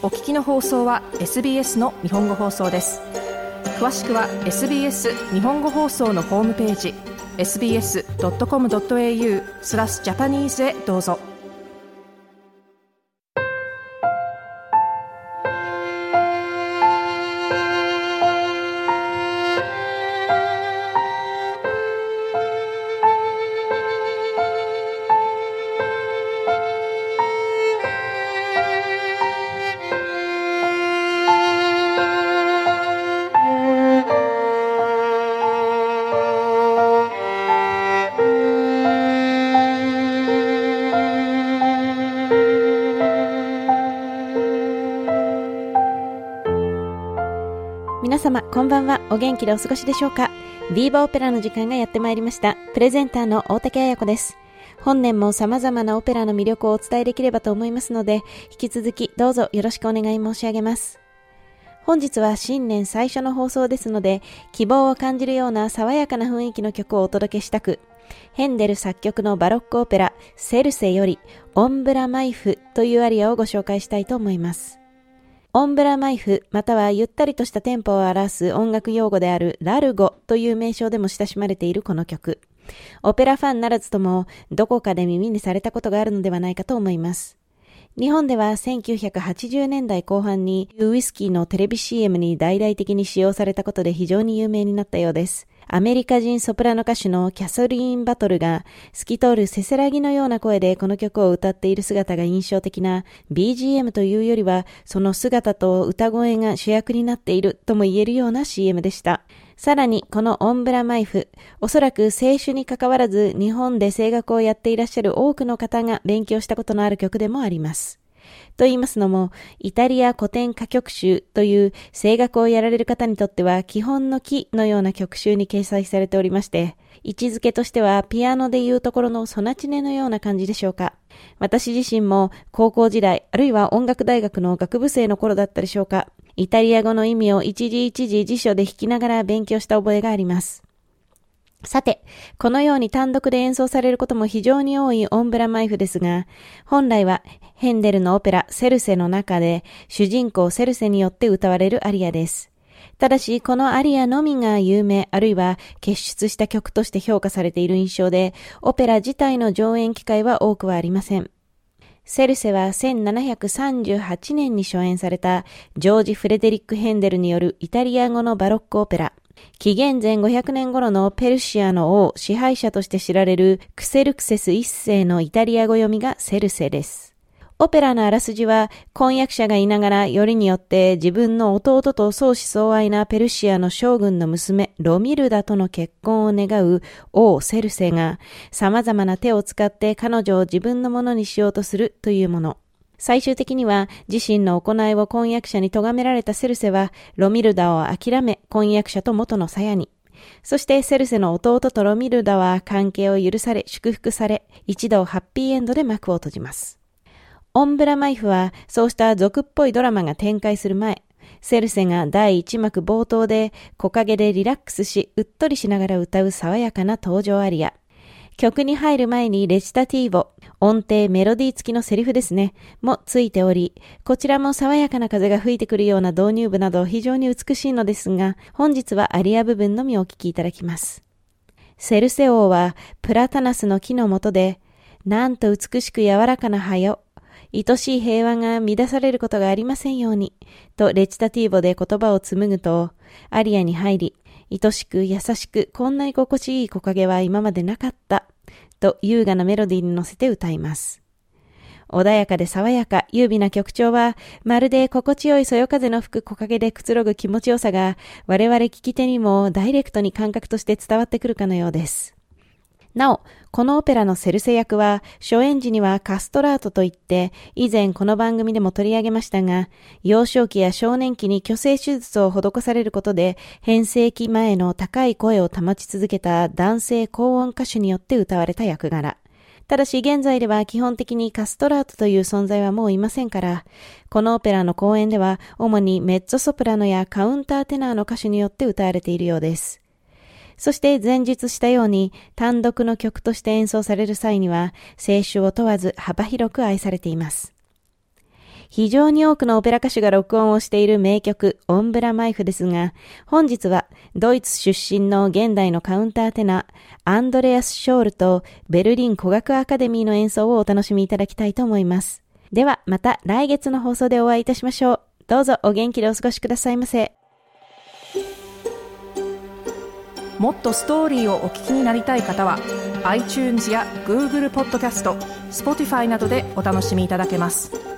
お聞きの放送は SBS の日本語放送です。詳しくは SBS 日本語放送のホームページ sbs.com.au/Japanese へどうぞ。 皆様こんばんは。お元気でお過ごしでしょうか。ディーバオペラの時間がやってまいりました。プレゼンターの大竹彩子です。本年も様々なオペラの魅力をお伝えできればと思いますので、引き続きどうぞよろしくお願い申し上げます。本日は新年最初の放送ですので、希望を感じるような爽やかな雰囲気の曲をお届けしたく、ヘンデル作曲のバロックオペラセルセよりオンブラマイフというアリアをご紹介したいと思います。オンブラマイフまたはゆったりとしたテンポを表す音楽用語であるラルゴという名称でも親しまれているこの曲。オペラファンならずともどこかで耳にされたことがあるのではないかと思います。日本では1980年代後半にウイスキーのテレビ CM に大々的に使用されたことで非常に有名になったようです。アメリカ人ソプラノ歌手のキャソリーン・バトルが透き通るせせらぎのような声でこの曲を歌っている姿が印象的な BGM というよりは、その姿と歌声が主役になっているとも言えるような CM でした。さらにこのオンブラマイフ、おそらく声種に関わらず日本で声楽をやっていらっしゃる多くの方が勉強したことのある曲でもあります。と言いますのも、イタリア古典歌曲集という声楽をやられる方にとっては基本のキのような曲集に掲載されておりまして、位置づけとしてはピアノでいうところのソナチネのような感じでしょうか。私自身も高校時代、あるいは音楽大学の学部生の頃だったでしょうか、イタリア語の意味を一字一字辞書で弾きながら勉強した覚えがあります。さて、このように単独で演奏されることも非常に多いオンブラマイフですが、本来はヘンデルのオペラセルセの中で主人公セルセによって歌われるアリアです。ただし、このアリアのみが有名あるいは傑出した曲として評価されている印象で、オペラ自体の上演機会は多くはありません。セルセは1738年に初演されたジョージ・フレデリック・ヘンデルによるイタリア語のバロックオペラ。紀元前500年頃のペルシアの王支配者として知られるクセルクセス一世のイタリア語読みがセルセです。オペラのあらすじは、婚約者がいながらよりによって自分の弟と相思相愛なペルシアの将軍の娘ロミルダとの結婚を願う王セルセが様々な手を使って彼女を自分のものにしようとするというもの。最終的には自身の行いを婚約者に咎められたセルセはロミルダを諦め婚約者と元の鞘に。そしてセルセの弟とロミルダは関係を許され祝福され、一度ハッピーエンドで幕を閉じます。オンブラマイフはそうした俗っぽいドラマが展開する前、セルセが第1幕冒頭で木陰でリラックスしうっとりしながら歌う爽やかな登場アリア。曲に入る前にレチタティーボ、音程メロディー付きのセリフですね、もついており、こちらも爽やかな風が吹いてくるような導入部など非常に美しいのですが、本日はアリア部分のみお聞きいただきます。セルセ王はプラタナスの木の下で、なんと美しく柔らかな葉よ、愛しい平和が乱されることがありませんように、とレチタティーボで言葉を紡ぐと、アリアに入り、愛しく優しくこんなに心地いい木陰は今までなかった、と優雅なメロディーに乗せて歌います。穏やかで爽やか、優美な曲調は、まるで心地よいそよ風の吹く木陰でくつろぐ気持ちよさが、我々聞き手にもダイレクトに感覚として伝わってくるかのようです。なお、このオペラのセルセ役は、初演時にはカストラートといって、以前この番組でも取り上げましたが、幼少期や少年期に去勢手術を施されることで、変声期前の高い声を保ち続けた男性高音歌手によって歌われた役柄。ただし現在では基本的にカストラートという存在はもういませんから、このオペラの公演では主にメッツォソプラノやカウンターテナーの歌手によって歌われているようです。そして前述したように単独の曲として演奏される際には声種を問わず幅広く愛されています。 非常に多くのオペラ歌手が録音をしている名曲オンブラマイフですが、本日はドイツ出身の現代のカウンターテナーアンドレアス・ショールとベルリン古楽アカデミーの演奏をお楽しみいただきたいと思います。ではまた来月の放送でお会いいたしましょう。どうぞお元気でお過ごしくださいませ。 もっとストーリーをお聞きになりたい方は iTunes や Google ポッドキャスト、Spotify などでお楽しみいただけます。